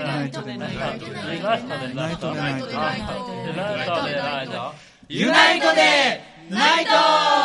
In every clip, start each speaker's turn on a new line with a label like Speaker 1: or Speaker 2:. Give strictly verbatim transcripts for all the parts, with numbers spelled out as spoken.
Speaker 1: ナイトでナイトでナイトでナイトでナイトでナイト
Speaker 2: ユナイトでナイト。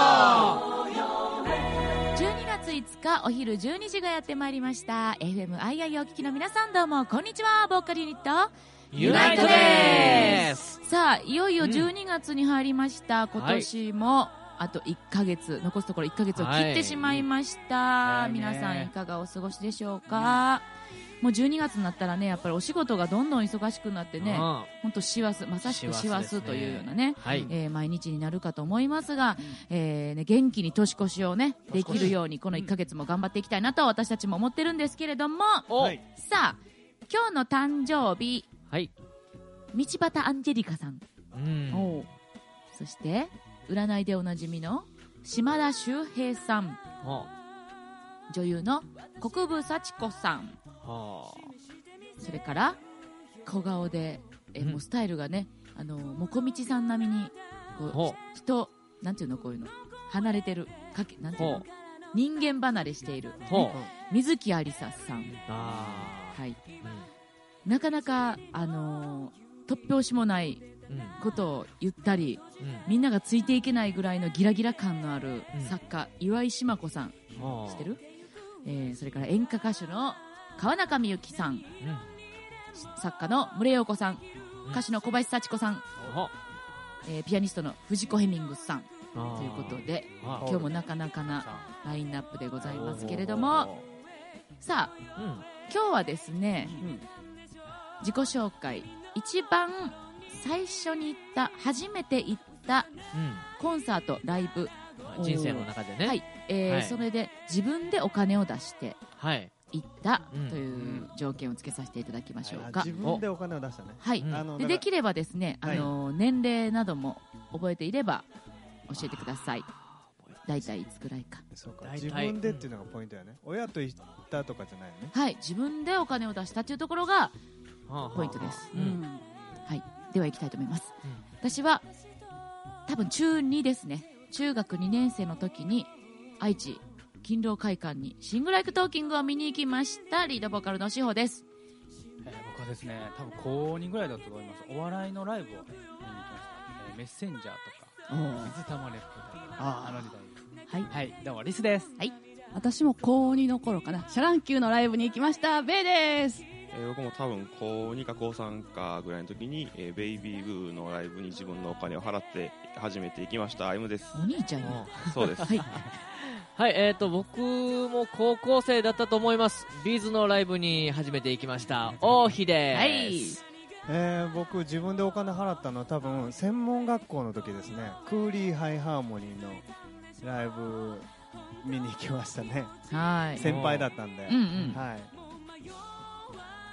Speaker 3: じゅうにがついつかお昼じゅうにじがやってまいりました。 エフエム アイアイ をお聞きの皆さん、どうもこんにちは。ボーカルユニット
Speaker 2: ユナイトです。
Speaker 3: さあ、いよいよじゅうにがつに入りました、うん、今年もあといっかげつ、残すところいっかげつを切ってしまいました、はい、皆さんいかがお過ごしでしょうか、うん、もうじゅうにがつになったらね、やっぱりお仕事がどんどん忙しくなってね、本当師走、まさしく師走というようなね、はい、えー、毎日になるかと思いますが、うん、えーね、元気に年越しをねできるようにこのいっかげつも頑張っていきたいなと私たちも思ってるんですけれども、
Speaker 2: はい、
Speaker 3: さあ今日の誕生日、
Speaker 2: はい、
Speaker 3: 道端アンジェリカさん、
Speaker 2: うん、
Speaker 3: おそして占いでおなじみの島田秀平さん、女優の国分幸子さん、それから小顔でえ、うん、もうスタイルがね、あのもこみちさん並みにこう人なんていうの、こういうの離れてるかけ、なんていうの、人間離れしている、ね、水木有沙さん、
Speaker 2: あ、
Speaker 3: はい、うん、なかなかあのー、突拍子もないことを言ったり、うん、みんながついていけないぐらいのギラギラ感のある作家、うん、岩井志麻子さん、知ってる？えー、それから演歌歌手の川中美幸さん、うん、作家の村陽子さん、歌手の小林幸子さん、えー、ピアニストの藤子ヘミングスさんということで、今日もなかなかなラインナップでございますけれども、さあ、うん、今日はですね、うん、自己紹介、一番最初に行った、初めて行ったコンサート、ライブ、
Speaker 2: 人生の中でね、
Speaker 3: はい、えーはい、それで自分でお金を出して行ったという条件をつけさせていただきましょうか。
Speaker 1: 自分でお金を出したね。
Speaker 3: はい、うん、でできればですね、あの、はい、年齢なども覚えていれば教えてください。大体いつくらいか。
Speaker 1: そうか、自分でっていうのがポイントやね、うん、親と行ったとかじゃないよね。
Speaker 3: はい、自分でお金を出したというところがポイントです、うん、はい、では行きたいと思います、うん、私は多分中にですね、中学にねん生の時に愛知勤労会館にシングルライクトーキングを見に行きました。リードボーカルの志保です。
Speaker 4: えー、僕はですね、多分高にぐらいだと思います。お笑いのライブを見に行きました、えー、メッセンジャーとか水玉レップとか、ああの時代ですね。
Speaker 3: はい、
Speaker 4: はい、どうもリスです。
Speaker 3: はい、
Speaker 5: 私も高にの頃かな、シャランキューのライブに行きました。ベイです。
Speaker 6: えー、僕も多分高にか高さんかぐらいの時に、えー、ベイビーブーのライブに自分のお金を払って初めて行きました。アイムです。
Speaker 3: お兄ちゃんや。
Speaker 6: そうです。
Speaker 3: はい
Speaker 2: はい、えーと、僕も高校生だったと思います。ビーズのライブに初めて行きました。大日です。はい、
Speaker 1: えー、僕自分でお金払ったのは多分専門学校の時ですね。クーリーハイハーモニーのライブ見に行きましたね。
Speaker 3: はい、
Speaker 1: 先輩だったんで、
Speaker 3: うんうん、
Speaker 1: はい、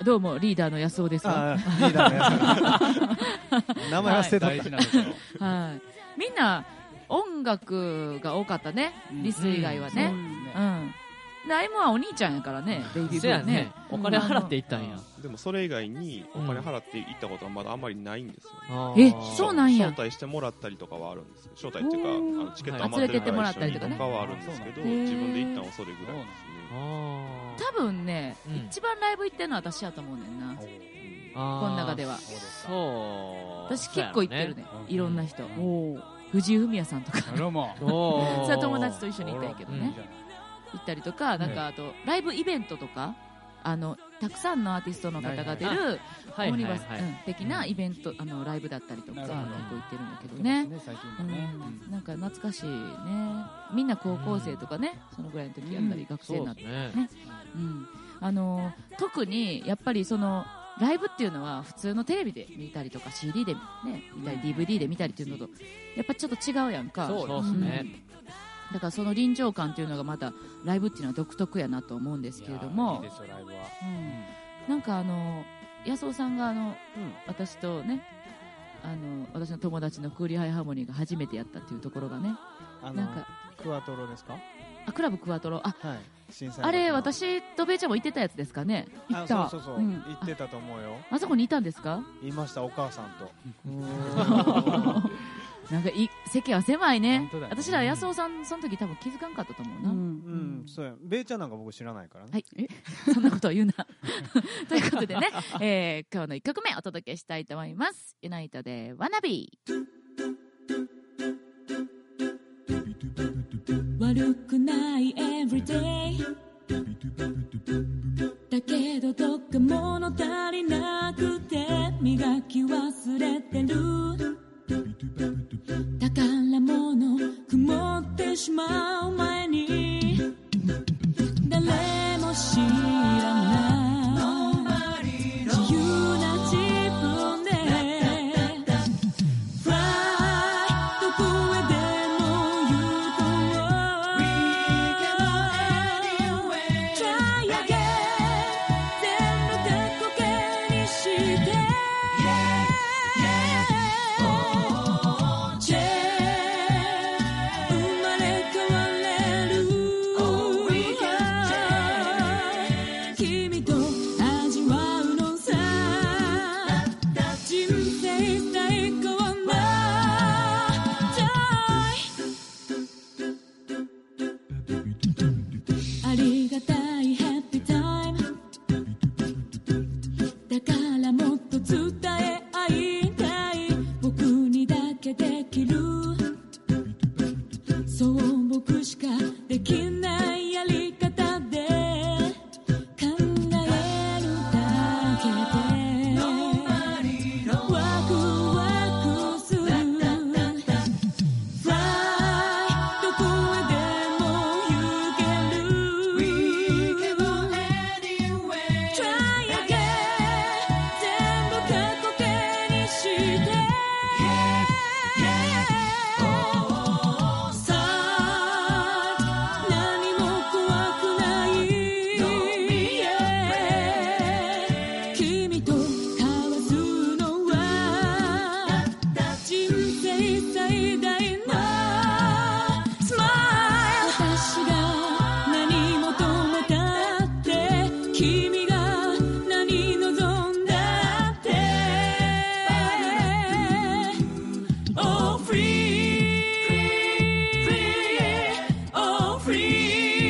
Speaker 3: どうもリーダーの安尾ですわ。
Speaker 1: リーダーの安尾名前忘れた、はい、
Speaker 4: 大事なところ
Speaker 3: はい、みんな音楽が多かったね、リス以外はね、うん、うん、ライムはお兄ちゃんやからね、ベイビーブーね、
Speaker 2: お金払って行ったんや、
Speaker 6: うん、でもそれ以外にお金払って行ったことはまだあんまりないんですよ、
Speaker 3: うん、え、そうなんや。
Speaker 6: 招待してもらったりとかはあるんですけど、招待っていうかあのチケット余ってるから一緒にとかはあるんですけど、自分で行ったのはそれぐらいですね。
Speaker 3: 多分ね、うん、一番ライブ行ってるのは私やと思うねんな、この中では。
Speaker 2: そう、
Speaker 3: 私結構行ってるね、
Speaker 2: うん、
Speaker 3: いろんな人、お藤井フミヤさんとかそれは友達と一緒に行ったんやけどね、行ったりとか、なんかあとライブイベントとか、あのたくさんのアーティストの方が出るオムニバス的なイベント、あのライブだったりとか結構行ってるんだけどね、うん、なんか懐かしいね。みんな高校生とかね、そのぐらいの時やったり、学生になってね、うん、あの特にやっぱりそのライブっていうのは普通のテレビで見たりとか シーディー で、ね、見たり ディーブイディー で見たりっていうのとやっぱちょっと違うやんか。
Speaker 2: そうですね、
Speaker 3: うん、だからその臨場感っていうのがまたライブっていうのは独特やなと思うんですけれども、
Speaker 4: いいですよライブは、
Speaker 3: うん、なんかあの安尾さんがあの、うん、私とね、あの私の友達のクーリーハイハーモニーが初めてやったっていうところがね、
Speaker 1: あの
Speaker 3: なんか
Speaker 1: クワトロですか？
Speaker 3: あ、クラブクワトロ、あ、
Speaker 1: はい、
Speaker 3: あれ私とベイちゃんも行ってたやつですかね。
Speaker 1: 行った。そうそうそう、うん、行ってたと思うよ。
Speaker 3: あそこにいたんですか？
Speaker 1: いました、お母さんと
Speaker 3: なんかい席は狭いね。
Speaker 4: 本当だよね
Speaker 3: 私ら安尾さんその時多分気づかんかったと思うな。
Speaker 5: うん
Speaker 1: うん、そうや。ベイちゃんなんか僕知らないからね。
Speaker 3: はい、そんなことを言うな。ということでね、えー、今日のいっきょくめお届けしたいと思います。ユナイトでワナビー。悪くない everyday だけどどっか物足りなくて磨き忘れてる宝物曇ってしまう前に誰も知らない自由な自分で Fly どこへでも行こう We can go anywhere Try again 全部過去形にして ありがたいハッピータイムだからもっと伝え合いたい僕にだけできるそう僕しかできないやり方で考えるだけでワクワクする Fly どこへでも行ける We can go anywhere Try again 全部過去形にして さあ何も怖くない君と交わすのは人生最大のスマイル私が何求めたって君が何望んだって Oh free Oh free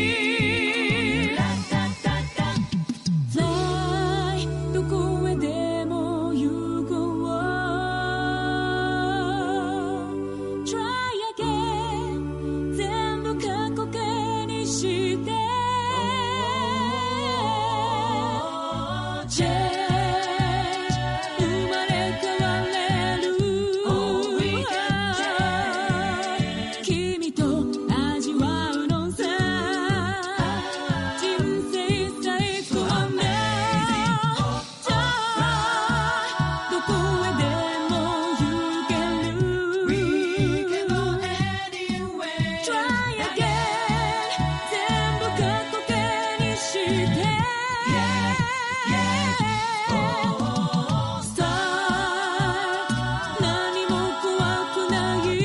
Speaker 3: Fly どこへでも行こう Try again 全部過去形にして Change 生まれ変われる君と味わうのさ人生最高のどこへでも行ける We can go anywhere Try again 全部過去形にして Start 何も怖くない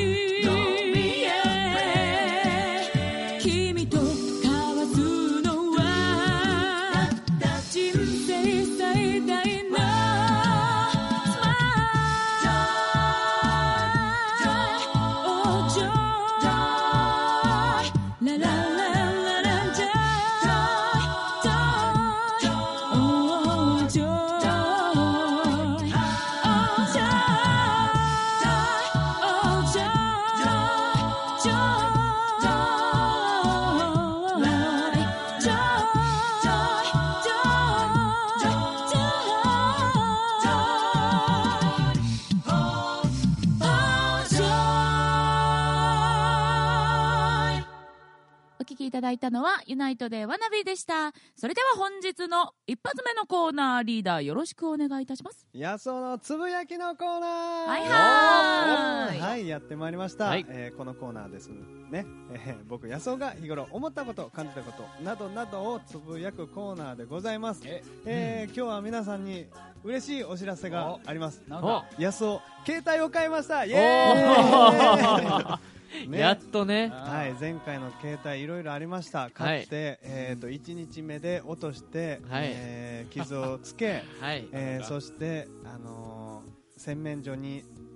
Speaker 3: 君と交わすのは人生最大のスマイル Oh joy ラララララ joy Oh joy Oh joy Oh joy Joyお聞きいただいたのはユナイトでワナビーでした。それでは本日の一発目のコーナーリーダーよろしくお願いいたします。
Speaker 1: やそのつぶやきのコーナー。
Speaker 3: はいはーい
Speaker 1: はい、やってまいりました。
Speaker 2: はい
Speaker 1: えーこのコーナーですね。えー僕やそが日頃思ったこと、感じたことなどなどをつぶやくコーナーでございます。
Speaker 4: え
Speaker 1: えー今日は皆さんに嬉しいお知らせがあります。
Speaker 4: なんだ
Speaker 1: やそ携帯を買いました。イエーイ。ね
Speaker 2: やっとね。
Speaker 1: はい、前回の携帯いろいろありました。買って、えー、といちにちめで落として、
Speaker 2: はい
Speaker 1: えー傷をつけ、
Speaker 2: はい。
Speaker 1: えーそして、あのー洗面所に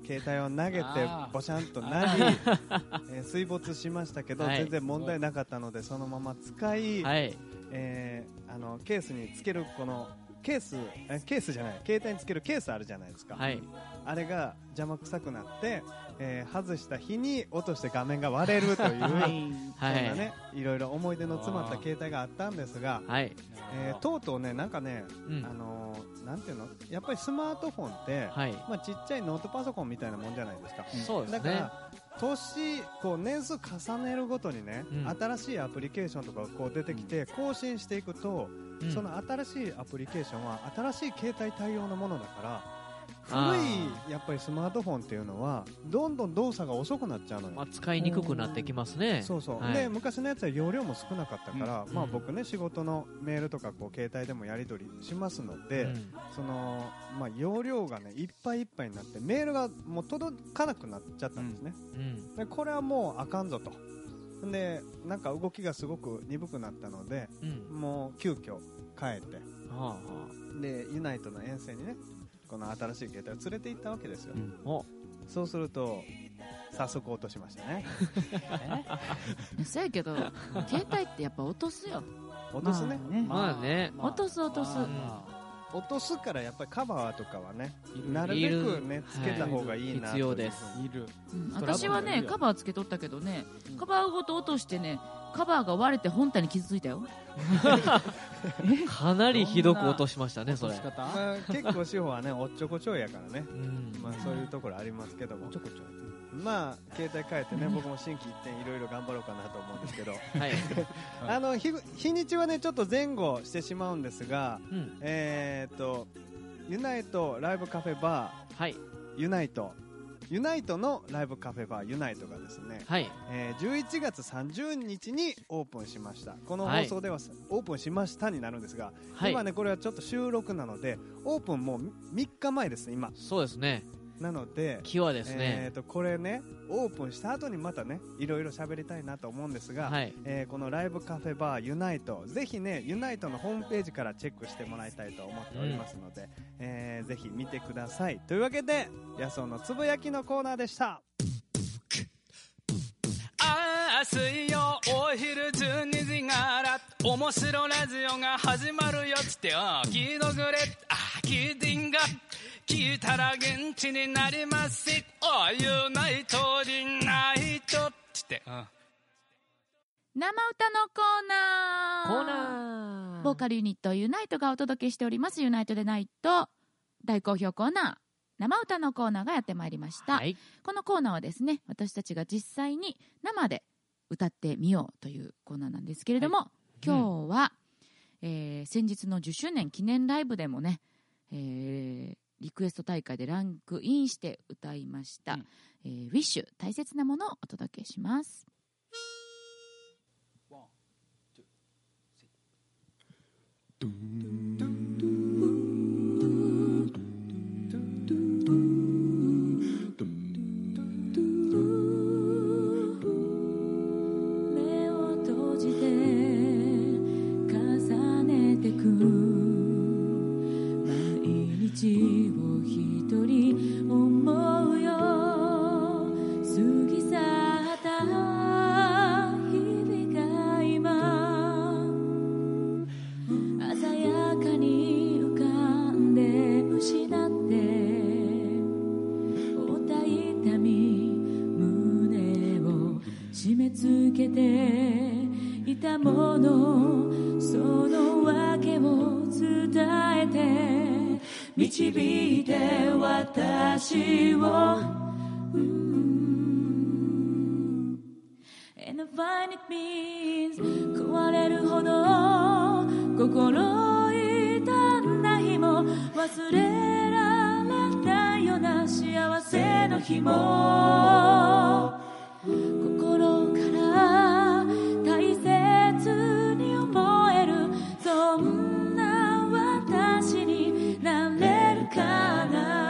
Speaker 1: 携帯を投げてボシャンとなり、えー、水没しましたけど、はい、全然問題なかったのでそのまま使い、はい、えー、あのケースにつけるこのケースえケースじゃない携帯につけるケースあるじゃないですか、はい、あれが邪魔くさくなって、えー、外した日に落として画面が割れるという、はい、そんなね、いろいろ思い出の詰まった携帯があったんですが、はい、えー、とうとうねなんかね、うん、あのー、なんていうのやっぱりスマートフォンって、はい、まあ、ちっちゃいノートパソコンみたいなもんじゃないですか、うん、そうですね、だから年こう年数重ねるごとにね、うん、新しいアプリケーションとかこう出てきて更新していくと、うん、その新しいアプリケーションは新しい携帯対応のものだから古いやっぱりスマートフォンっていうのはどんどん動作が遅くなっちゃうのよ、まあ、
Speaker 2: 使いにくくなってきますね。
Speaker 1: そうそう、はい、で昔のやつは容量も少なかったから、うん、まあ、僕ね仕事のメールとかこう携帯でもやり取りしますので、うん、そのまあ、容量がねいっぱいいっぱいになってメールがもう届かなくなっちゃったんですね、うん、でこれはもうあかんぞとでなんか動きがすごく鈍くなったので、うん、もう急遽変えて、はあはあ、でユナイトの遠征にねこの新しい携帯を連れて行ったわけですよ、うん、そうすると早速落としましたね
Speaker 3: そうやけど携帯ってやっぱ落とすよ
Speaker 1: 落とすね、
Speaker 2: まあね、
Speaker 3: 落とす落とす、まあ
Speaker 1: まあ、落とすからやっぱりカバーとかはねなるべくねつけた方がいいな、はい、
Speaker 2: 必要です。
Speaker 3: いる、うん、私はねカバーつけとったけどね、うん、カバーごと落としてねカバーが割れて本体に傷ついたよ
Speaker 2: かなりひどく落としましたねそれ、
Speaker 1: まあ、結構志保はねおっちょこちょいやからね、うん、まあ、そういうところありますけども、ちょこちょいまあ携帯変えてね、うん、僕も心機一転いろいろ頑張ろうかなと思うんですけど、はい、あの 日, 日にちはねちょっと前後してしまうんですが、うん、えー、っとユナイトライブカフェバー、はい、ユナイトユナイトのライブカフェバーユナイトがですね、はい、えー、じゅういちがつさんじゅうにちにオープンしました。この放送では、はい、オープンしましたになるんですが、はい、今ねこれはちょっと収録なのでオープンもうみっかまえです今。
Speaker 2: そうですね。
Speaker 1: なので
Speaker 2: 際ですね、
Speaker 1: えー、とこれねオープンした後にまたねいろいろ喋りたいなと思うんですが、はい、えー、このライブカフェバーユナイトぜひねユナイトのホームページからチェックしてもらいたいと思っておりますので、うん、えー、ぜひ見てください。というわけでやそのつぶやきのコーナーでした。
Speaker 7: ああ水曜お昼じゅうにじから面白ラジオが始まるよって聞いとくれ、あ聞いてんが聞いたら元気になりますし、おユナイトリナイトって、うん、
Speaker 3: 生歌のコーナー
Speaker 2: コーナ
Speaker 3: ーボーカルユニットユナイトがお届けしておりますユナイトでナイト大好評コーナー生歌のコーナーがやってまいりました、はい、このコーナーはですね私たちが実際に生で歌ってみようというコーナーなんですけれども、はい、今日は、うん、えー、先日のじゅっしゅうねん記念ライブでもね、えーリクエスト大会でランクインして歌いました、うん、えー、ウィッシュ大切なものをお届けします。目を閉じて重ねてくを一人思うよ過ぎ去った日々が今鮮やかに浮かんで失って負った痛み胸を締め付けていたものその訳を伝えて導いて私を、うん、And I find it means 壊れるほど心痛んだ日も忘れられないような幸せの日も心から大切に思えるそんな私になれるかな。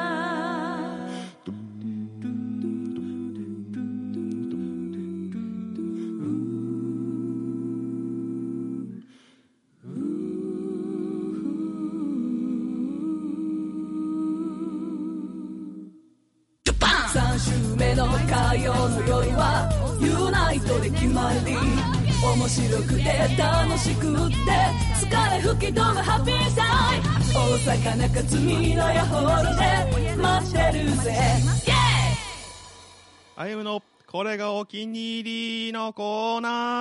Speaker 8: 火曜の夜はユナイトで決まり、面白くて楽しくって疲れ吹き飛ぶハッピータイム、大阪中津見のヤホールで待ってるぜ。
Speaker 6: あゆむのこれがお気に入りのコー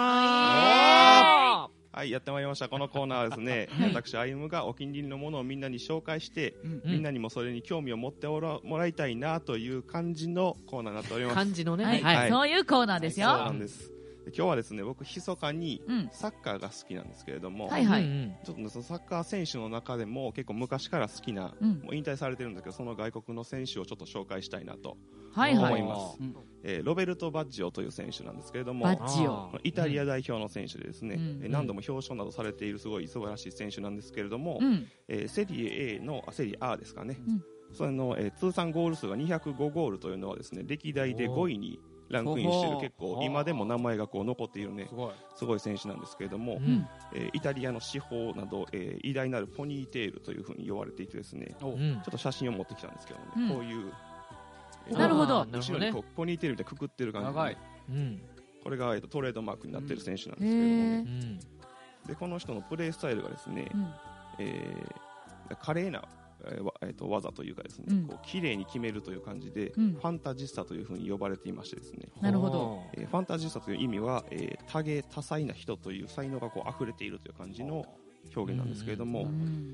Speaker 6: ナー。はい、やってまいりました。このコーナーはですね、私、あゆむがお気に入りのものをみんなに紹介して、うん、みんなにもそれに興味を持っておらもらいたいなという感じのコーナーになっております。
Speaker 2: 感じのね、
Speaker 3: はいはい、そういうコーナーですよ。
Speaker 6: はい、そうなんです。今日はですね、僕密かにサッカーが好きなんですけれども、
Speaker 3: うんはいはい、
Speaker 6: ちょっと、ね、そのサッカー選手の中でも結構昔から好きな、うん、もう引退されてるんだけどその外国の選手をちょっと紹介したいなと思います、はいはいえー、ロベルト・バッジオという選手なんですけれども、
Speaker 3: バッジオ
Speaker 6: イタリア代表の選手でですね、うん、何度も表彰などされているすごい素晴らしい選手なんですけれども、うんえー、セリエ A のセリエ A ですかね、うん、それの、えー、通算ゴール数がにひゃくごゴールというのはですね歴代でごいにランクインしている結構今でも名前がこう残っているねすごい、すごい選手なんですけれども、うんえー、イタリアの至宝など、えー、偉大なるポニーテールというふうに呼ばれていてですね、うん、ちょっと写真を持ってきたんですけどね、うん、こういう、
Speaker 3: えー、なるほど
Speaker 6: 後ろにこうポニーテールみたいにくくってる感じで、ね、長い、うん、これが、えー、とトレードマークになっている選手なんですけれどもね、うん、でこの人のプレースタイルがですね、うんえー、華麗なえーえー、と技というかですね、うん、こう綺麗に決めるという感じで、うん、ファンタジスタというふうに呼ばれていましてですね、
Speaker 3: なるほど、
Speaker 6: えー、ファンタジスタという意味は、えー、多芸多彩な人という才能がこう溢れているという感じの表現なんですけれども、うん、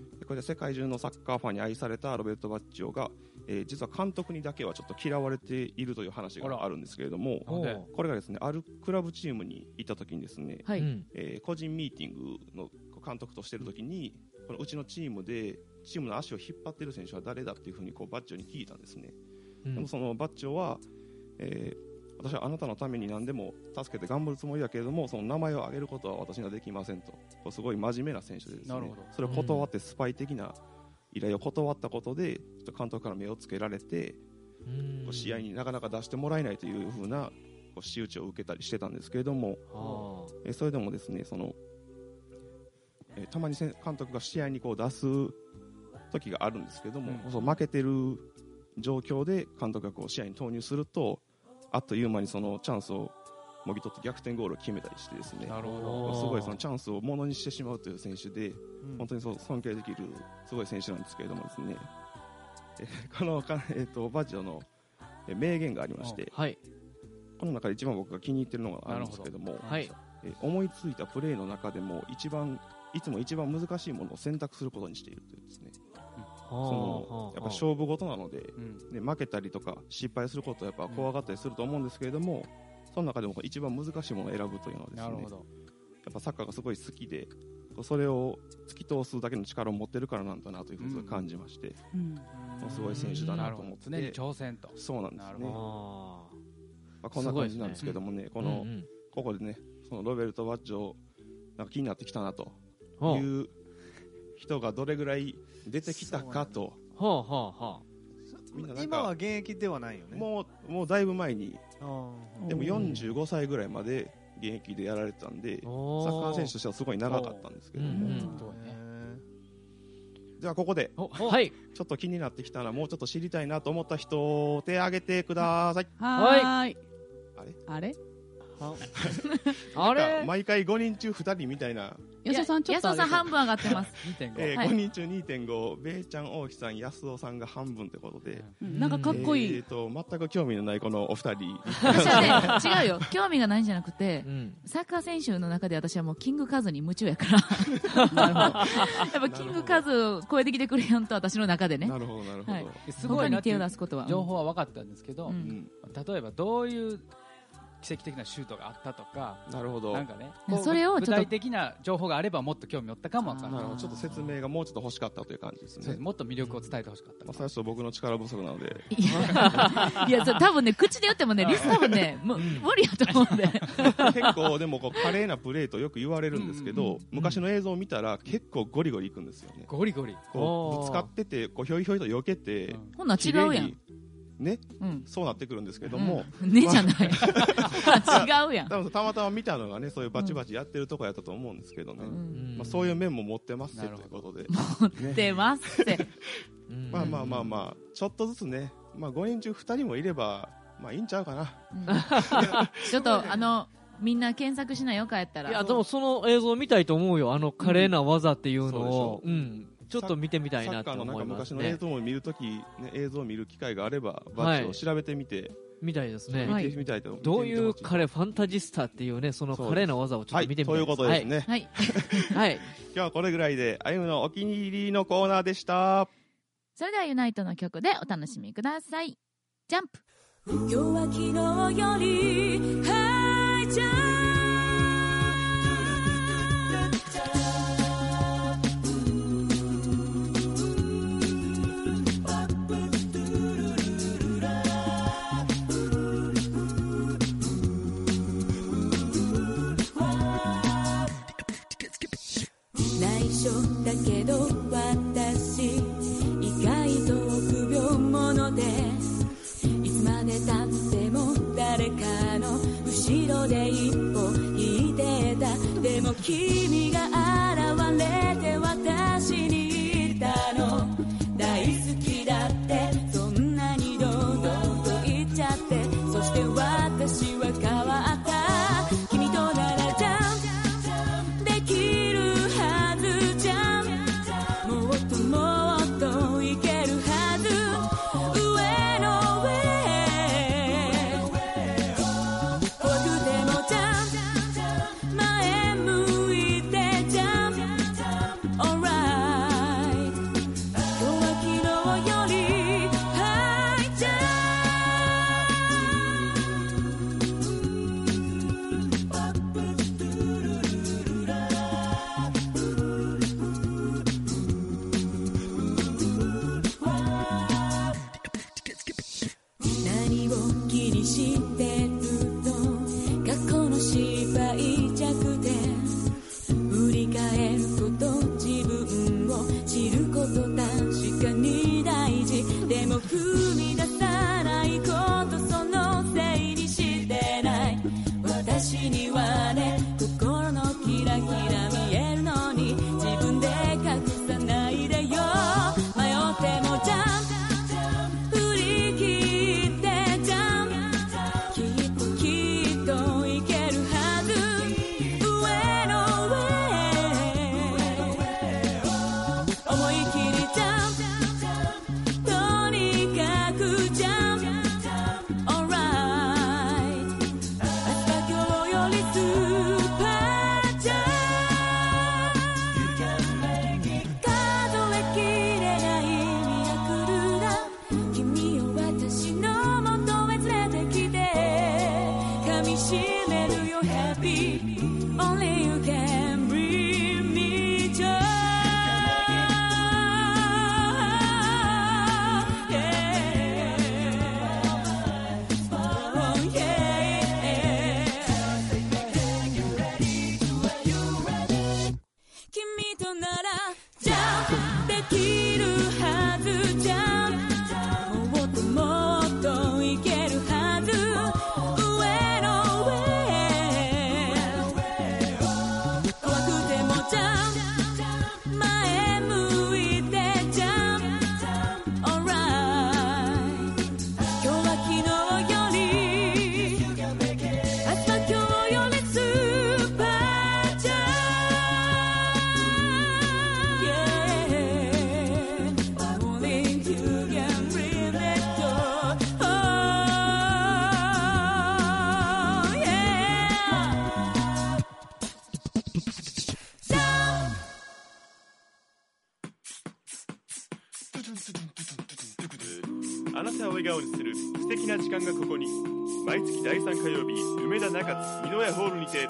Speaker 6: これで世界中のサッカーファンに愛されたロベルト・バッジオが、えー、実は監督にだけはちょっと嫌われているという話があるんですけれども、これがですねあるクラブチームに行った時にですね、はいえー、個人ミーティングの監督としている時にこのうちのチームでチームの足を引っ張っている選手は誰だっていうふうにこうバッジョに聞いたんですね、うん、でもそのバッジョは、えー、私はあなたのために何でも助けて頑張るつもりだけれどもその名前を挙げることは私にはできませんとこうすごい真面目な選手でですね、なるほどそれを断ってスパイ的な依頼を断ったことでちょっと監督から目をつけられてこう試合になかなか出してもらえないというふうなこう仕打ちを受けたりしてたんですけれども、えー、それでもですねそのえー、たまに監督が試合にこう出す時があるんですけども、うん、そう負けてる状況で監督がこう試合に投入するとあっという間にそのチャンスをもぎ取って逆転ゴールを決めたりしてですね、なるほどすごいそのチャンスをものにしてしまうという選手で、うん、本当にそう尊敬できるすごい選手なんですけれどもですね、えー、この、えー、とバッジオの名言がありまして、はい、この中で一番僕が気に入ってるのがあるんですけども、どはいえー、思いついたプレーの中でも一番いつも一番難しいものを選択することにしているというですね、うん、そのやっぱ勝負事なので、うん、で負けたりとか失敗することはやっぱ怖がったりすると思うんですけれども、うん、その中でも一番難しいものを選ぶというのはですね、なるほどやっぱサッカーがすごい好きでそれを突き通すだけの力を持ってるからなんだなというふうに感じまして、うん、もうすごい選手だなと思って、
Speaker 4: 常に挑戦と
Speaker 6: そうなんですね、まあ、こんな感じなんですけどもね、この、うんうん、ここでねそのロベルト・バッジョなんか気になってきたなという人がどれぐらい出てきたかと、
Speaker 1: はあはあはあ、みんななんか今は現役ではないよね。
Speaker 6: もうもうだいぶ前にでもよんじゅうごさいぐらいまで現役でやられてたんでサッカー選手としてはすごい長かったんですけども、うんうん、じゃあここで、はい、ちょっと気になってきたらもうちょっと知りたいなと思った人手を挙げてください。
Speaker 5: はい。
Speaker 3: あれ
Speaker 5: あれ
Speaker 6: あれ毎回ごにん中ふたりみたいな。
Speaker 5: 安尾さんちょっと
Speaker 3: 安尾さん半分上がってます。
Speaker 6: えーはい、ごにん中 にてんご、べいちゃん、大木さん、安尾さんが半分ってことで、
Speaker 5: うん、なんかかっこいい、
Speaker 6: えー、と全く興味のないこのお二人
Speaker 3: 私はね違うよ興味がないんじゃなくて、うん、サッカー選手の中で私はもうキングカズに夢中やからやっぱキングカズを超えてきてくれよんと私の中でね。
Speaker 6: なるほどなるほど、はい、
Speaker 4: すごいなっていう
Speaker 3: 情
Speaker 4: 報は分かったんですけど、うん、例えばどういう奇跡的なシュートがあったとか、
Speaker 6: なるほど、
Speaker 4: なんかね、
Speaker 3: それを
Speaker 4: 具体的な情報があればもっと興味を持ったかもわからない。
Speaker 6: ちょっと説明がもうちょっと欲しかったという感じですね。
Speaker 4: もっと魅力を伝えて欲しかった。
Speaker 6: まあ、最初僕の力不足なので。
Speaker 3: いや、いや多分ね口で言ってもねリス多分ね無理やと思うんで。
Speaker 6: 結構でもこう華麗なプレーとよく言われるんですけど、うんうん、昔の映像を見たら結構ゴリゴリいくんですよね。
Speaker 4: ゴリゴリ。
Speaker 6: こうぶつかっててこうひょいひょいと避けて、
Speaker 3: うん、ほんな違うやん。
Speaker 6: ね、うん、そうなってくるんですけども、
Speaker 3: うん、ねじゃない違うやん。
Speaker 6: たまたま見たのがねそういうバチバチやってるとこやったと思うんですけどね、うん、まあ、そういう面も持ってますねということで
Speaker 3: 持ってますって、
Speaker 6: ね、まあまあまあまあちょっとずつね、まあ、ごにん中ふたりもいればまあいいんちゃうかな、
Speaker 3: うん、ちょっとあのみんな検索しないよ、帰ったら。
Speaker 2: いやでもその映像見たいと思うよ、あの華麗な技っていうのを、うん、うん、ちょっと見てみたいなと思いますね。サッカーのなんか昔の映像を見るとき、ね、映像を見る機会があればバッジを調べてみて、はい、 みたいですね。
Speaker 6: 見てみたいと思います。
Speaker 2: どういう華麗ファンタジスタっていうね、その華麗な技をちょっと見てみたいです。はい、という
Speaker 6: ことですね。
Speaker 2: はい。はい、今
Speaker 6: 日はこれぐらいで、あゆむのお気に入りのコーナーでした。
Speaker 3: それではユナイトの曲でお楽しみください。ジャンプ。
Speaker 8: 今日は昨日よりハイジャンプ。内緒だけど私意外と臆病者で、いつまでたっても誰かの後ろで一歩引いてた。でも君が現れて私に言ったの、大好きだって、そんなに堂々と言っちゃって。そして私は変わった。君とならジャンプできるはずじゃん。もっともっといけるはず。上の上怖くてもジャンプ、前向いてジャンプ Alright。 今日は昨日よりハイジャンプ。何を気にしてると、過去の失敗弱点振り返ること、自分を知ること確かに大事。でも踏み出さないこと、そのせいにしてない。私にはね、心のキラキラ見えるのに、自分で隠さないでよ。迷ってもジャンプ振り切ってジャンプ、きっときっといけるはず。上の上思い切りジャンプ、とにかくジャンプ Alright。 明日今日よりスーパージャンプ、数えきれないミラクルだ。君を私の元へ連れてきて、噛みしめるよ Happy Only you can bring me joy。 Oh yeah。 君とならジャンプできるはずじゃん。もっともっといけるはず。上の上怖くてもジャンプ、前向いてジャンプ Alright。 今日は昨日より、明日今日よりスーパージャンプ。
Speaker 9: あなたを笑顔にする素敵な時間がここに。毎月だいさん火曜日、梅田中津美濃屋ホールにて。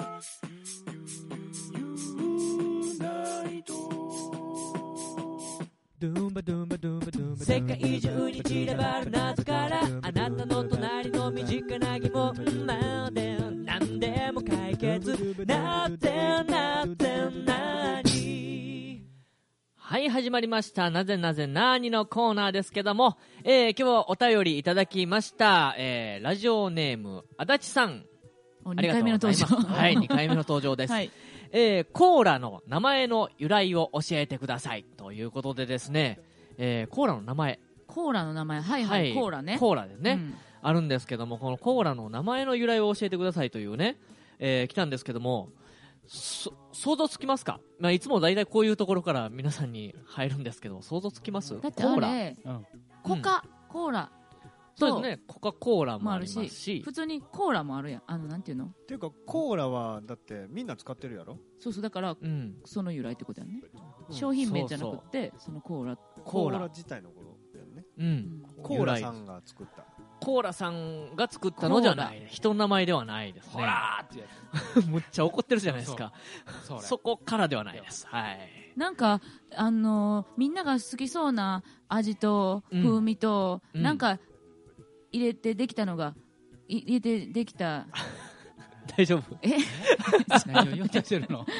Speaker 2: 世界中に散らばる謎から、あなたの隣の身近な疑問まで何でも解決。なぜなぜなに。はい、始まりましたなぜなぜなにのコーナーですけども、えー、今日はお便りいただきました、えー、ラジオネーム足立さん、ありがとうございます。はい、にかいめの登場です、はい。えー、コーラの名前の由来を教えてくださいということでですね、えー、コーラの名前
Speaker 3: コーラの名前、はいはい、はい、コーラね。
Speaker 2: コーラですね、うん、あるんですけども、このコーラの名前の由来を教えてくださいというね、えー、来たんですけども、想像つきますか？まあ、いつも大体こういうところから皆さんに入るんですけど、想像つきます？
Speaker 3: だってあれ、コーラ、うん、コカ・コーラ。
Speaker 2: そうですね、コカ・コーラもありますし、し
Speaker 3: 普通にコーラもあるやん。あのなんていうの？
Speaker 1: っていうかコーラはだってみんな使ってるやろ。
Speaker 3: そうそう、だから、うん、その由来ってことやね、うん、商品名じゃなくて、そのコーラ
Speaker 1: コーラ自体のことだよね、うん、コーラさんが作った。
Speaker 2: コーラさんが作ったのじゃない、人の名前ではないですね。
Speaker 4: コーラーってや
Speaker 2: つむっちゃ怒ってるじゃないですか。 そ, そこからではないです。はい、
Speaker 3: なんかあのー、みんなが好きそうな味と風味と、うん、なんか入れてできたのが入れてできた
Speaker 2: 大丈夫？
Speaker 3: え
Speaker 4: 何を言おうとしてるの？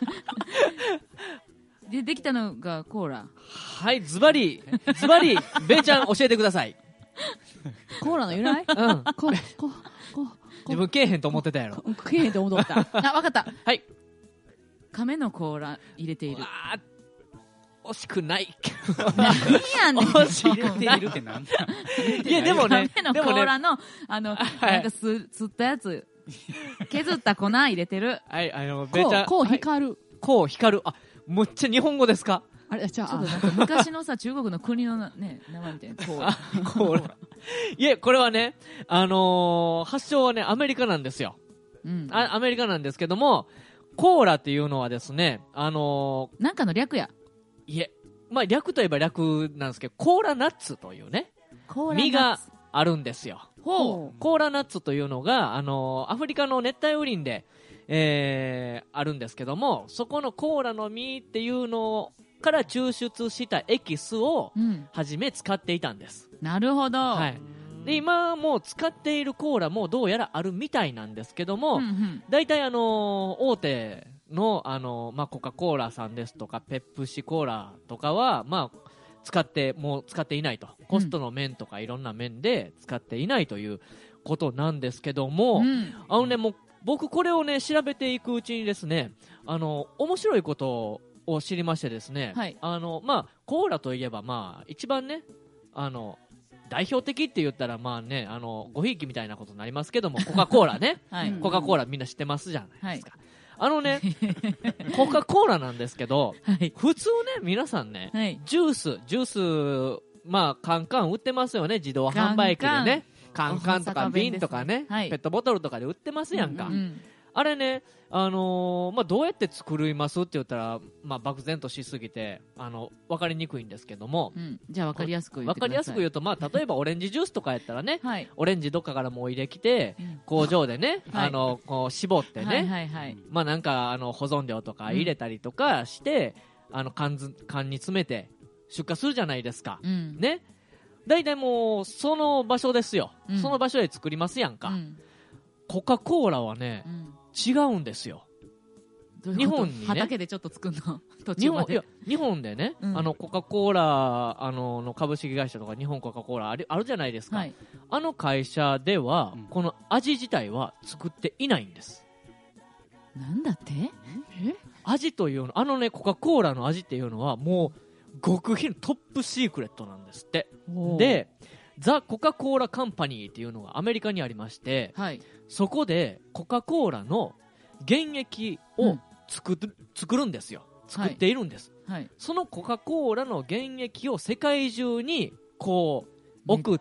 Speaker 3: でできたのがコーラ。
Speaker 2: はい、ズバリズバリベイちゃん教えてください。
Speaker 5: コーラの由来？うん。ここ
Speaker 2: こ自分けえへんと思ってたやろ。
Speaker 5: けえへんと思った。
Speaker 3: あ、わかった。
Speaker 2: はい。
Speaker 3: 亀の甲羅入れている。
Speaker 2: あ惜しくない。
Speaker 3: 何やねん。
Speaker 2: 惜し
Speaker 4: 入れているってなんだ。
Speaker 2: いやでもね。
Speaker 3: 亀の甲羅の、ね、あの、はい、なんかす吸ったやつ削った粉入れてる。
Speaker 2: はい、あのベイちゃん。
Speaker 5: こう光る。
Speaker 2: こう光る。あ、むっちゃ日本語ですか？
Speaker 5: あれじゃあ
Speaker 3: 昔のさ中国の国の、ね、名前みたいなコーラ。
Speaker 2: コーラ。いえこれはね、あのー、発祥はねアメリカなんですよ、うん、あアメリカなんですけども、コーラっていうのはですね、あの
Speaker 3: ー、なんかの略や。
Speaker 2: いえ、まあ、略といえば略なんですけど、コーラナッツというね実があるんですよ。
Speaker 3: ほう。
Speaker 2: コーラナッツというのが、あのー、アフリカの熱帯雨林で、えー、あるんですけども、そこのコーラの実っていうのから抽出したエキスをはじめ使っていたんです、
Speaker 3: うん、なるほど、
Speaker 2: はい、で今もう使っているコーラもどうやらあるみたいなんですけども、だいたいあのー、大手の、あのーまあ、コカ・コーラさんですとかペプシコーラとかは、まあ、使ってもう使っていないと、コストの面とかいろんな面で使っていないということなんですけども、うん、あのね、もう僕これをね調べていくうちにですね、あの面白いことを知りましてですね、はい、あのまあ、コーラといえば、まあ、一番ねあの代表的って言ったら、まあね、あのごひいきみたいなことになりますけども、コカ・コーラね、はい、コカ・コーラみんな知ってますじゃないですか、はい、あのねコカ・コーラなんですけど、はい、普通ね皆さんね、はい、ジュースジュース、まあ、カンカン売ってますよね、自動販売機でね、カンカンとか瓶とかね、はい、ペットボトルとかで売ってますやんか、うんうん、あれね、あのーまあ、どうやって作りますって言ったら、まあ、漠然としすぎてあの分かりにくいんですけども、
Speaker 3: うん、じゃあ分かりやすく言ってください。分かりやすく
Speaker 2: 言うと、まあ、例えばオレンジジュースとかやったらね、はい、オレンジどっかからもう入れきて、うん、工場でね、はい、あのこう絞ってね、はいはいはい、まあ、なんかあの保存料とか入れたりとかして、うん、あの 缶, 缶に詰めて出荷するじゃないですか、うん、ね、だいたいもうその場所ですよ、うん、その場所で作りますやんか、うん、コカ・コーラはね、うん、違うんですよ。日本にね、
Speaker 3: 畑でちょっと作るの途中まで。
Speaker 2: 日本、いや、日本でね、うん、あのコカ・コーラあのの株式会社とか日本コカ・コーラある、あるじゃないですか、はい、あの会社では、うん、この味自体は作っていないんです。
Speaker 3: なんだって？
Speaker 2: え？味というの、あのねコカ・コーラの味っていうのはもう極秘のトップシークレットなんですって。で、ザ・コカ・コーラカンパニーっていうのがアメリカにありまして、はい、そこでコカ・コーラの原液を作る、うん、作るんですよ。作っているんです、はいはい、そのコカ・コーラの原液を世界中にこう送って、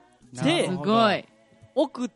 Speaker 3: すごい
Speaker 2: 送って、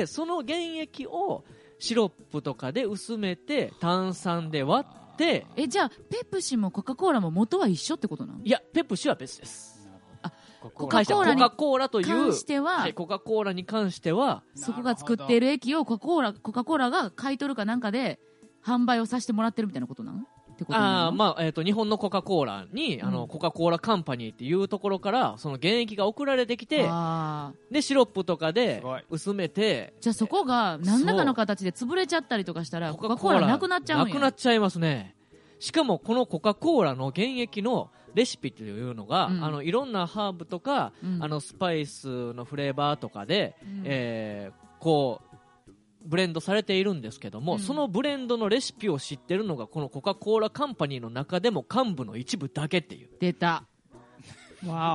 Speaker 2: その原液をシロップとかで薄めて炭酸で割って、
Speaker 3: え、じゃあペプシもコカ・コーラも元は一緒ってことなの？
Speaker 2: いや、ペプシは別です。
Speaker 3: あ、コカ・コーラに関しては、
Speaker 2: はい、コカ・コーラに関しては
Speaker 3: そこが作っている液をコカ・コーラ、コカ・コーラが買い取るかなんかで販売をさせてもらってるみたいなことなの？ってことなの？
Speaker 2: あ、まあ、えーと、日本のコカ・コーラに、うん、あのコカ・コーラカンパニーっていうところからその原液が送られてきて、でシロップとかで薄めて、
Speaker 3: じゃあそこが何らかの形で潰れちゃったりとかしたらコカ・コーラなくなっちゃうんや。
Speaker 2: なくなっちゃいますね。しかもこのコカ・コーラの原液のレシピっていうのが、うん、あのいろんなハーブとか、うん、あのスパイスのフレーバーとかで、うん、えー、こうブレンドされているんですけども、うん、そのブレンドのレシピを知ってるのがこのコカ・コーラカンパニーの中でも幹部の一部だけっていう。
Speaker 3: 出た
Speaker 5: わお。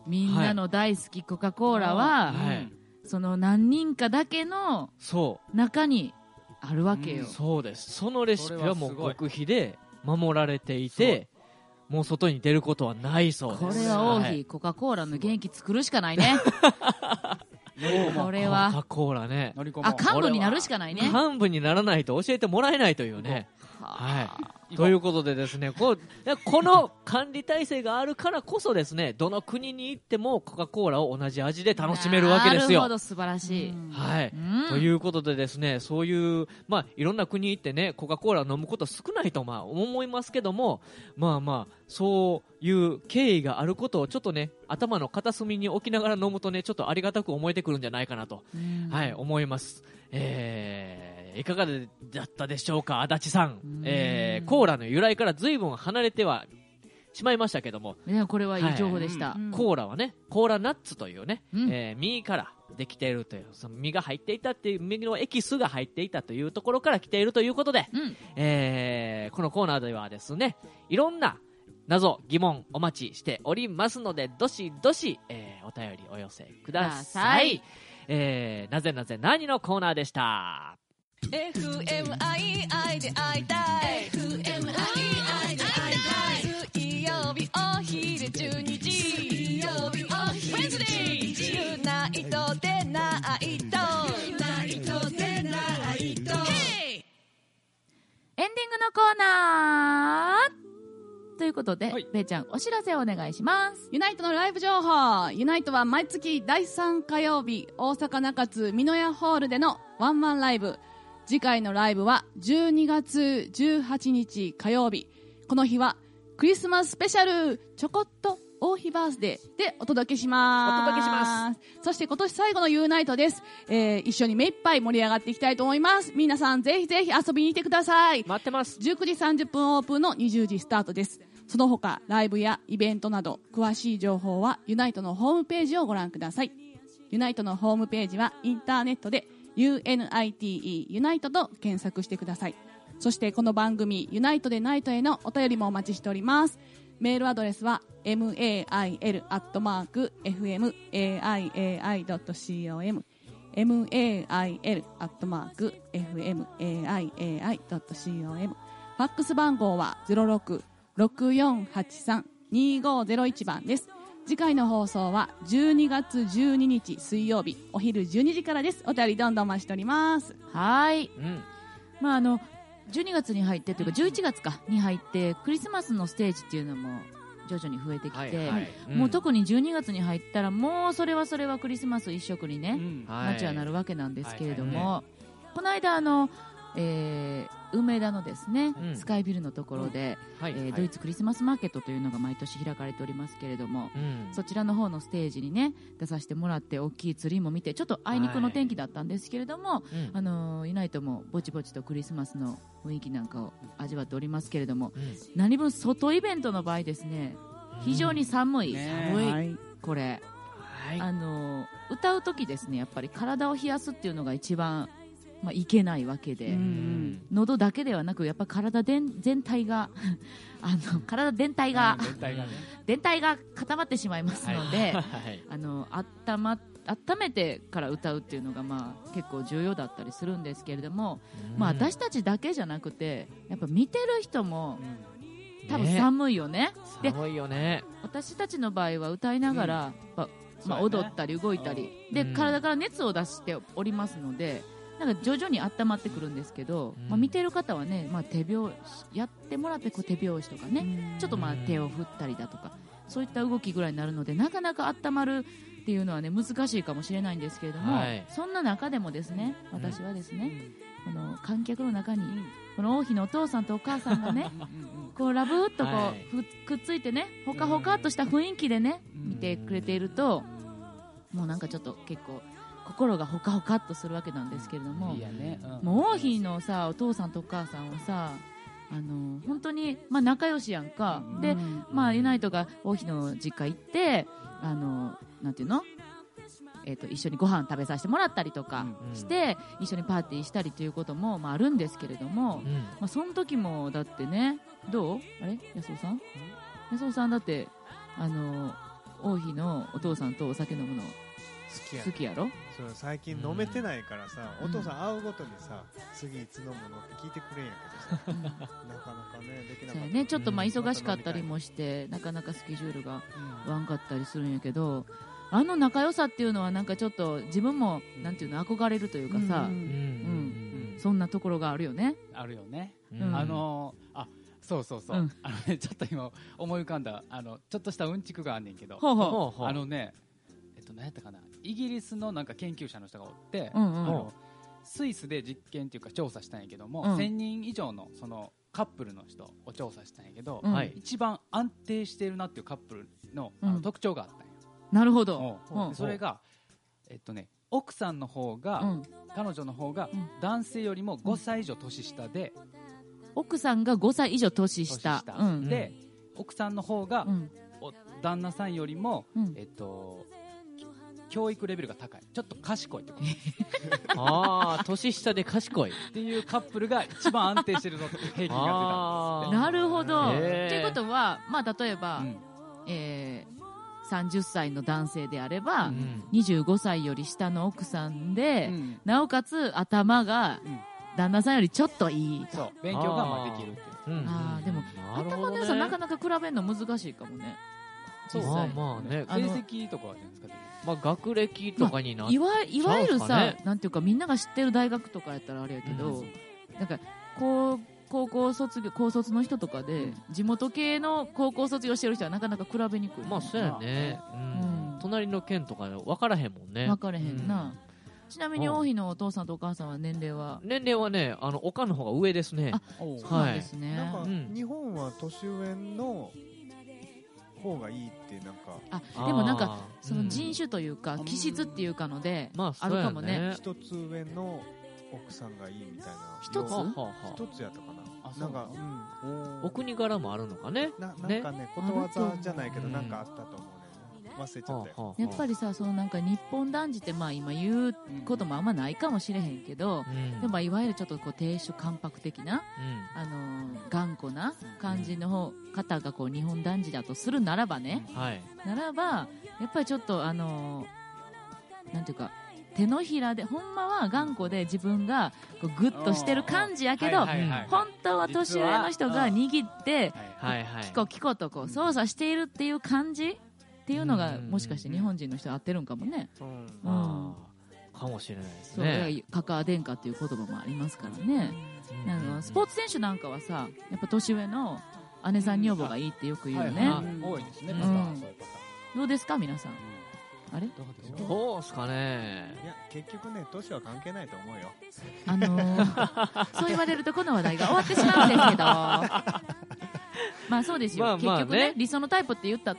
Speaker 3: みんなの大好きコカ・コーラは、はい、その何人かだけの中にあるわけよ、うん、
Speaker 2: そうです。そのレシピはもう極秘で守られていて、もう外に出ることはないそうです。
Speaker 3: これは王妃、はい、コカ・コーラの元気作るしかないねこれは
Speaker 2: コカ・コーラね、
Speaker 3: あ、幹部になるしかないね。
Speaker 2: 幹部にならないと教えてもらえないというね。はい、ということでですね、こうこの管理体制があるからこそですね、どの国に行ってもコカ・コーラを同じ味で楽しめるわけですよ。
Speaker 3: なるほど、素晴らしい。
Speaker 2: はい、うん、ということでですね、そういう、まあ、いろんな国行ってね、コカ・コーラを飲むこと少ないとまあ思いますけども、まあまあそういう経緯があることをちょっとね、頭の片隅に置きながら飲むとね、ちょっとありがたく思えてくるんじゃないかなと、はい、思います。えー、いかがだったでしょうか、足立さん。えー、コーラの由来から随分離れてはしまいましたけども、
Speaker 3: いや、これはいい情報でした、
Speaker 2: はい、コーラはね、コーラナッツというね、うん、えー、実からできているという、その実が入っていたっていう、実のエキスが入っていたというところから来ているということで、うん、えー、このコーナーではですね、いろんな謎疑問お待ちしておりますので、どしどし、えー、お便りお寄せください。えー、なぜなぜ何のコーナーでした。
Speaker 8: エフエムアイアイ で会いたい エフエムアイアイ で会いたい水曜日お昼じゅうにじ水曜日お昼じゅうにじユナイトでナイトユナイトでナイトエンディングの
Speaker 3: コーナーということで、はい、べーちゃんお知らせをお願いします。
Speaker 5: ユナイトのライブ情報。ユナイトは毎月だいさん火曜日、大阪中津美濃屋ホールでのワンマンライブ。次回のライブはじゅうにがつじゅうはちにち火曜日。この日はクリスマススペシャルちょこっと王妃バースデーでお届けします。
Speaker 2: お届けします。
Speaker 5: そして今年最後のユナイトです。えー、一緒に目いっぱい盛り上がっていきたいと思います。皆さんぜひぜひ遊びに来てください。
Speaker 2: 待ってます。
Speaker 5: じゅうくじさんじゅっぷんオープンのにじゅうじスタートです。その他ライブやイベントなど詳しい情報はユナイトのホームページをご覧ください。ユナイトのホームページはインターネットで ユーエヌアイティーイー ユナイトと検索してください。そしてこの番組ユナイトでナイトへのお便りもお待ちしております。メールアドレスは マイル アットマーク エフエムエーアイエーアイ ドット コム マイル アットマーク エフエムエーアイエーアイ ドット コム ファックス番号は ゼロろく ろくよんはちさん にごゼロいち 番です。次回の放送はじゅうにがつじゅうににち水曜日お昼じゅうにじからです。お便りどんどんお待ちしております。
Speaker 3: はい、うん、まああのじゅうにがつに入ってというかじゅういちがつかに入ってクリスマスのステージっていうのも徐々に増えてきて、はいはい、うん、もう特にじゅうにがつに入ったらもうそれはそれはクリスマス一色にね、うん、街はなるわけなんですけれども、はいはいはい、この間あの、えー梅田のですね、うん、スカイビルのところで、うん、はい、えーはい、ドイツクリスマスマーケットというのが毎年開かれておりますけれども、うん、そちらの方のステージにね出させてもらって、大きいツリーも見て、ちょっとあいにくの天気だったんですけれども、はい、あのー、ユナイトもぼちぼちとクリスマスの雰囲気なんかを味わっておりますけれども、うん、何分外イベントの場合ですね、非常に寒い、うん、寒い、はい、これ、はい、あのー、歌う時ですね、やっぱり体を冷やすっていうのが一番まあ、いけないわけで、うん、喉だけではなくやっぱ体全体があの体全体が、うん、全体がね、全体が固まってしまいますので、はい、あの温ま温めてから歌うっていうのがまあ結構重要だったりするんですけれども、うん、まあ、私たちだけじゃなくてやっぱ見てる人も、うん、多分寒いよね、
Speaker 2: ね、寒いよね。
Speaker 3: 私たちの場合は歌いながら、うん、まあ、踊ったり動いたりで、うん、体から熱を出しておりますので、なんか徐々に温まってくるんですけど、うん、まあ、見てる方はね、まあ、手拍子やってもらってこう手拍子とかね、ちょっとまあ手を振ったりだとか、そういった動きぐらいになるので、なかなか温まるっていうのはね難しいかもしれないんですけれども、はい、そんな中でもですね、私はですね、うん、この観客の中に、うん、この王妃のお父さんとお母さんがねこうラブーっとこう、はい、くっついてね、ほかほかっとした雰囲気でね、見てくれていると、もうなんかちょっと結構心がほかほかっとするわけなんですけれども、いいやね、うん、もう王妃のさお父さんとお母さんはさ、あの本当に、まあ、仲良しやんか、うん、で、まあ、ユナイトが王妃の実家行って、あのなんていうの、えー、と一緒にご飯食べさせてもらったりとかして、うん、一緒にパーティーしたりということも、まあ、あるんですけれども、うん、まあ、その時もだってね、どうあれ安尾さん安尾さんだってあの王妃のお父さんとお酒飲むの
Speaker 1: 好きや
Speaker 3: 好きやろ。
Speaker 1: そう最近飲めてないからさ、うん、お父さん会うごとにさ、次いつ飲むのって聞いてくれんやけどさ、うん、なかなかねできなかった
Speaker 3: ね。ちょっとまあ忙しかったりもして、うん、なかなかスケジュールがワンかったりするんやけど、あの仲良さっていうのはなんかちょっと自分もなんていうの憧れるというかさ、うんうんうん、そんなところがあるよね。
Speaker 4: あるよね、うん、あのー、あそうそうそう、うん、あのね、ちょっと今思い浮かんだあのちょっとしたうんちくがあんねんけど、
Speaker 3: ほうほ
Speaker 4: う、あのね、えっと何やったかな、イギリスのなんか研究者の人がおって、うんうん、あのスイスで実験っていうか調査したんやけども、うん、せんにん以上のそのカップルの人を調査したんやけど、うん、一番安定しているなっていうカップル の, あの特徴があったんや。
Speaker 3: なるほど、
Speaker 4: うん、それが、えっとね、奥さんの方が、うん、彼女の方が男性よりもごさい以上年下で、
Speaker 3: 奥さんがごさい以上年下、
Speaker 4: 年下、うん、で奥さんの方が、うん、旦那さんよりも、うん、えっと、教育レベルが高い、ちょっと賢いってこと
Speaker 2: ああ、年下で賢い
Speaker 4: っていうカップルが一番安定してるぞっていう平均が出たんです。
Speaker 3: なるほど。ということは、まあ、例えば、うん、えーさんじゅっさいの男性であれば、うん、にじゅうごさいより下の奥さんで、うん、なおかつ頭が旦那さんよりちょっといいと、
Speaker 4: そう勉強がまあできるっていう、うん、
Speaker 3: あでも、ね、頭の良さなかなか比べるの難しいかもね。
Speaker 2: 実際
Speaker 4: まあまあね、成績とかはですかね、
Speaker 2: まあ、学歴とかになっちゃう、
Speaker 3: まあ、いわいわゆるさ、ね、なんていうかみんなが知ってる大学とかやったらあれやけど、うん、なんかこう高校卒業高卒の人とかで、うん、地元系の高校卒業してる人はなかなか比べにくい、ね、
Speaker 2: まあそうやね、うんうん、隣の県とか分からへんもんね。
Speaker 3: 分からへんな、うん、ちなみに王妃のお父さんとお母さんは年齢は
Speaker 2: 年齢はね、あのおかんの方が上ですね。
Speaker 3: あ、そうなんですね、
Speaker 1: はい、なんか、うん、日本は年上の方がいいってなんか、
Speaker 3: あでもなんかその人種というか、うん、気質っていうかので、うん、あるかもね。
Speaker 1: 一つ上の奥さんがいいみたいな。
Speaker 3: 一つ
Speaker 1: 一つやったかな。なんか、
Speaker 2: うん、お国柄もあるのかね。
Speaker 1: な、なんかね、ね、ことわざじゃないけど、なんかあったと思うね。忘れちゃったよ。
Speaker 3: やっぱりさ、そのなんか日本男児ってまあ今言うこともあんまないかもしれへんけど、うん、でもいわゆるちょっとこう亭主関白的な、うん、あのー、頑固な感じの方、方がこう日本男児だとするならばね、
Speaker 2: はい、
Speaker 3: ならばやっぱりちょっとあのー、なんていうか。手のひらでほんまは頑固で自分がこうグッとしてる感じやけど、本当は年上の人が握ってキコキコとこう操作しているっていう感じっていうのがもしかして日本人の人は合ってるんかもね、うん、
Speaker 2: かもしれないですね。
Speaker 3: そうカカア殿下っていう言葉もありますからね。なんかスポーツ選手なんかはさ、やっぱ年上の姉さん女房がいいってよく言うよね。
Speaker 4: 多いですね。
Speaker 3: どうですか皆さん。あれ
Speaker 2: どうすかね。
Speaker 1: いや結局ね、年は関係ないと思うよ。
Speaker 3: あのー、そう言われるとこの話題が終わってしまうんですけどまあそうですよ、まあまあね、結局ね理想のタイプって言ったって、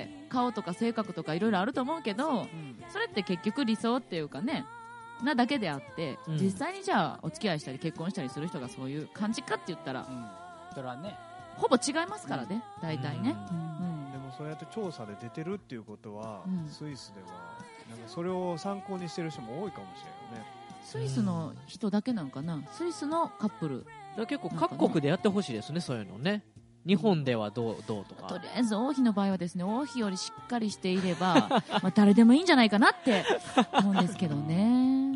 Speaker 3: うん、顔とか性格とかいろいろあると思うけど、うん、それって結局理想っていうかねなだけであって、うん、実際にじゃあお付き合いしたり結婚したりする人がそういう感じかって言ったら、うん、
Speaker 4: それはね
Speaker 3: ほぼ違いますからね、うん、大体ね、うんうん
Speaker 1: でもそうやって調査で出てるっていうことは、うん、スイスではなんかそれを参考にしてる人も多いかもしれないよね。
Speaker 3: スイスの人だけなんかな、スイスのカップル
Speaker 2: だ結構各国でやってほしいですね、そういうのね。日本ではどう、どうとか。
Speaker 3: とりあえず王妃の場合はですね、王妃よりしっかりしていればまあ誰でもいいんじゃないかなって思うんですけどね、うん、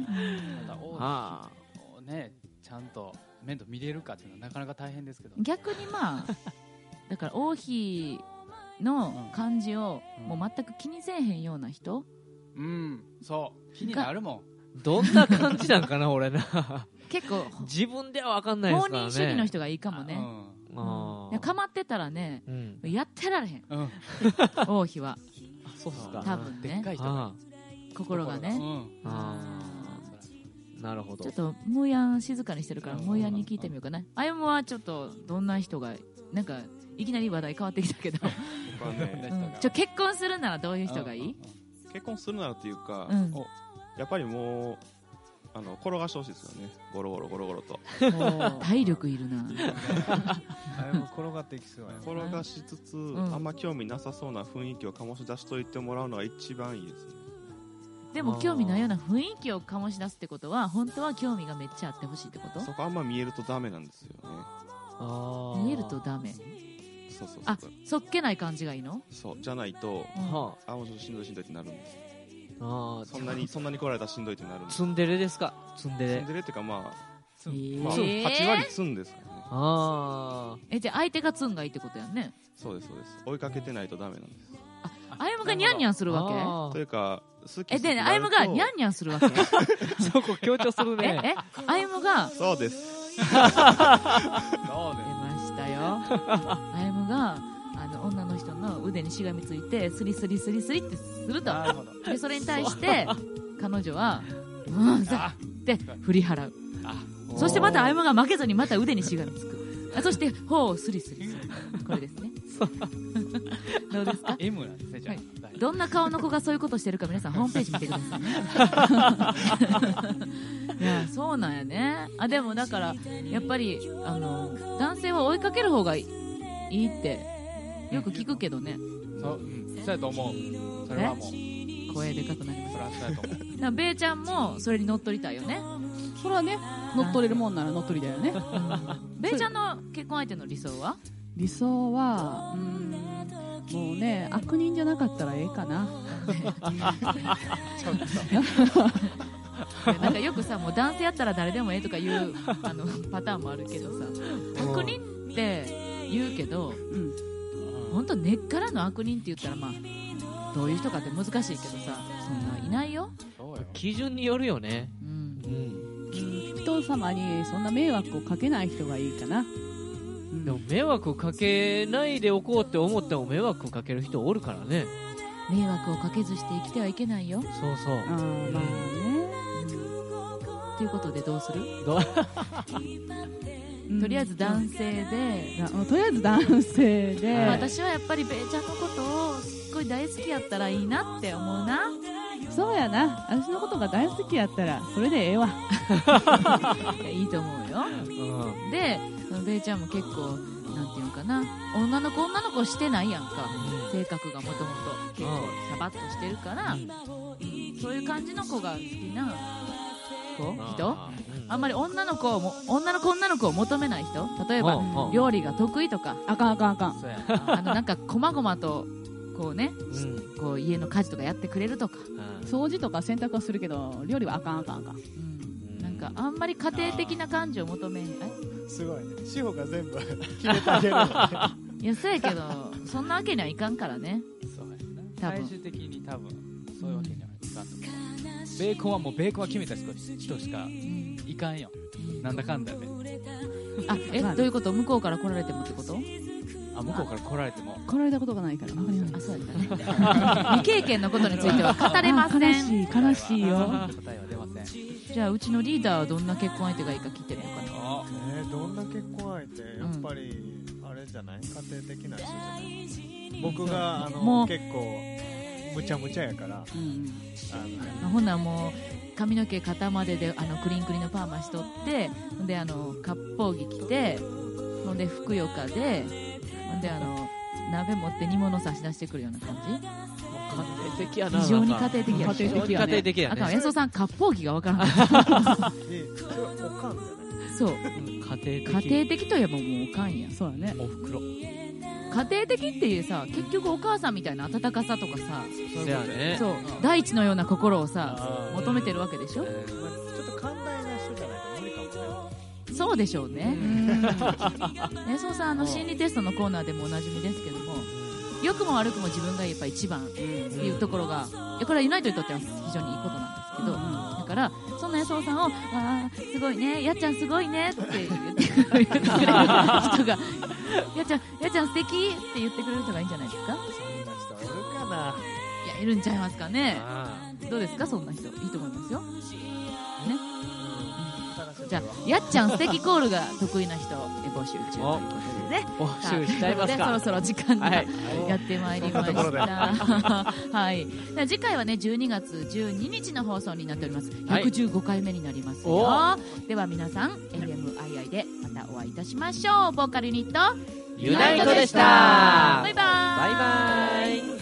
Speaker 4: 王妃をねちゃんと面倒見れるかっていうのはなかなか大変ですけど、
Speaker 3: 逆にまあだから王妃の感じをもう全く気にせえへんような人、
Speaker 4: うん、うん、そう気になるも
Speaker 2: ん。どんな感じなんかな俺な
Speaker 3: 結構
Speaker 2: 自分では分かんないですからね。
Speaker 3: 放任主義の人がいいかもね。うんうん、かまってたらね、うん、やってられへん、うん、王妃は
Speaker 2: そうっすか
Speaker 3: 多分ね、
Speaker 4: でっかい人が
Speaker 3: 心がね、うん、
Speaker 2: あなるほど。
Speaker 3: ちょっとムーヤン静かにしてるからムーヤンに聞いてみようかな。あゆむはちょっとどんな人がなんかいきなり話題変わってきたけど、ねうん、ちょ結婚するならどういう人がいい？
Speaker 6: 結婚するならっていうか、うん、やっぱりもうあの転がしてほしいですよね。ゴロゴロゴロゴロと
Speaker 3: 体力いるな
Speaker 1: あれも転がっていきそうや、ね、
Speaker 6: 転がしつつ、うん、あんま興味なさそうな雰囲気を醸し出しといてもらうのが一番いいですね。
Speaker 3: でも興味ないような雰囲気を醸し出すってことは本当は興味がめっちゃあってほしいってこと？
Speaker 6: そこあんま見えるとダメなんですよね。
Speaker 3: あ見えるとダメ。
Speaker 6: そうそうそう。
Speaker 3: あ、そっけない感じがいいの？
Speaker 6: そうじゃないと、
Speaker 3: うん、
Speaker 6: あ、もうちょっとしんどいしんどいってなるんです。あそんなにそんなに来られたらしんどいってなるんです。
Speaker 2: ツンデレですか？ツンデレ。
Speaker 6: ツンデレっていうかまあ、
Speaker 3: えー
Speaker 6: まあ、はち割ツンですからね。
Speaker 2: あ
Speaker 3: え、じゃあ相手がツンがいいってことやんね。
Speaker 6: そうですそうです。追いかけてないとダメなんです。
Speaker 3: あ、あゆむがニャンニャンするわけ？
Speaker 6: というか好き。
Speaker 3: え、で、あゆむがニャンニャンするわけ？
Speaker 2: そこ強調するね。
Speaker 3: え、え、あゆむが。
Speaker 6: そうです。
Speaker 3: 出ましたよ。あゆむがあの女の人の腕にしがみついてスリスリスリスリってすると。でそれに対して彼女はうんさって振り払う。そしてまたあゆむが負けずにまた腕にしがみつく。あ、そして頬をスリスリする。これですね。どうですか？
Speaker 4: M なんですね、じゃあ、
Speaker 3: はい、どんな顔の子がそういうことしてるか皆さんホームページ見てくださいね。いや、そうなんやね。あ、でもだからやっぱりあの男性は追いかける方がいいってよく聞くけどね。
Speaker 4: そう、うん、そうやと思う。それはもう
Speaker 3: 声でかくなります。
Speaker 4: それはそうやと思う。
Speaker 3: だからベイちゃんもそれに乗っ取りたいよね。
Speaker 5: それはね、乗っ取れるもんなら乗っ取りだよね。
Speaker 3: ベイちゃんの結婚相手の理想は？
Speaker 5: 理想は、うーん、もうね、悪人じゃなかったらええかな。
Speaker 3: ちょっとなんかよくさ、もう男性やったら誰でもええとかいうあのパターンもあるけどさ、悪人って言うけど、うん、本当根っからの悪人って言ったらまあどういう人かって難しいけどさ、そんないないよ。
Speaker 2: 基準によるよね。
Speaker 3: うん、
Speaker 5: うん、人様にそんな迷惑をかけない人がいいかな。
Speaker 2: でも迷惑をかけないでおこうって思っても迷惑をかける人おるからね。
Speaker 3: 迷惑をかけずして生きてはいけないよ。
Speaker 2: そうそう。
Speaker 5: あ、まあね。
Speaker 3: ということでどうする？とりあえず男性で、
Speaker 5: うん、とりあえず男性で、
Speaker 3: はい、私はやっぱりベイちゃんのことをすっごい大好きやったらいいなって思うな。
Speaker 5: そうやな、私のことが大好きやったらそれでええわ。
Speaker 3: いいと思うよ、うん、でベイちゃんも結構なんていうのかな、女の子女の子してないやんか、うん、性格がもともと結構サバッとしてるから、うん、そういう感じの子が好きな子人、あんまり女の子をも女の子女の子を求めない人、例えば料理が得意とか、
Speaker 5: あかんあかんあかん、
Speaker 3: あのなんかこまごまとこうね、うん、こう家の家事とかやってくれるとか、
Speaker 5: うん、掃除とか洗濯はするけど料理はあかんあかんあかん、うん、
Speaker 3: なんかあんまり家庭的な感じを求めん。
Speaker 1: すごいね、志保が全部決めてあげる、ね、
Speaker 3: いやそうやけどそんなわけにはいかんからね。
Speaker 4: そうやな、最終的に多分そういうわけにはいかんと思う。ベーコンはもうベーコンは決めた人しかいかんよ、うん、なんだかんだで。
Speaker 3: あ、え、どういうこと？向こうから来られてもってこと？
Speaker 4: あ、向こうから来られても
Speaker 5: 来られたことがないから分かりません。
Speaker 3: あ、そうやったね。未経験のことについては語れません。
Speaker 5: 悲しい悲しいよ。答
Speaker 4: えは出ません。
Speaker 3: じゃあうちのリーダーはどんな結婚相手がいいか聞いてみようかな。
Speaker 1: えー、どんな結婚相手？やっぱり、うん、あれじゃない？家庭的な人じゃない？僕があの結構むちゃむちゃやから。うん、
Speaker 3: あのほんならもう髪の毛肩までであのクリンクリのパーマしとって、であの割烹着着て、ほんでふくよかで。であの鍋持って煮物差し出してくるような感じ。
Speaker 2: 家庭的やな。
Speaker 3: 非常に家庭的や。
Speaker 2: 家庭的やね。家庭的やね。
Speaker 3: あかん、安尾さん割烹着がわからない。そう。
Speaker 2: 家庭的。
Speaker 3: 家庭的といえばもうおかんや。
Speaker 5: そうやね。
Speaker 2: おふくろ。
Speaker 3: 家庭的っていうさ、結局お母さんみたいな温かさとかさ、
Speaker 2: そうやね。
Speaker 3: そう、大地のような心をさ求めてるわけでしょ。
Speaker 1: ちょっと寛大な人じゃないと無理かもね。
Speaker 3: そうでしょうね。ね、そうさん、あの心理テストのコーナーでもおなじみですけども、良くも悪くも自分がやっぱ一番っていうところが、いやこれはユナイトにとっては非常にいいことなんですけど、だからそんな安尾さんを、あーすごいね、やっちゃんすごいねって言ってくれる人が、やっちゃんやっちゃん素敵って言ってくれる人がいいんじゃないですか。
Speaker 1: そんな人おるかな。
Speaker 3: いや、いるんちゃいますかね。どうですか、そんな人。いいと思いますよ。ね。じゃあ、やっちゃん素敵コールが得意な人募集中ということでね、
Speaker 2: 募集しちゃいますか。
Speaker 3: そろそろ時間がやってまいりました。はい。次回はね、じゅうにがつじゅうににちの放送になっております。ひゃくじゅうごかいめになりますよ。はい、では皆さん エフエムアイアイ でまたお会いいたしましょう。ボーカルユニット
Speaker 2: ユナイトでした。
Speaker 3: バイバーイ。
Speaker 2: バイバイ。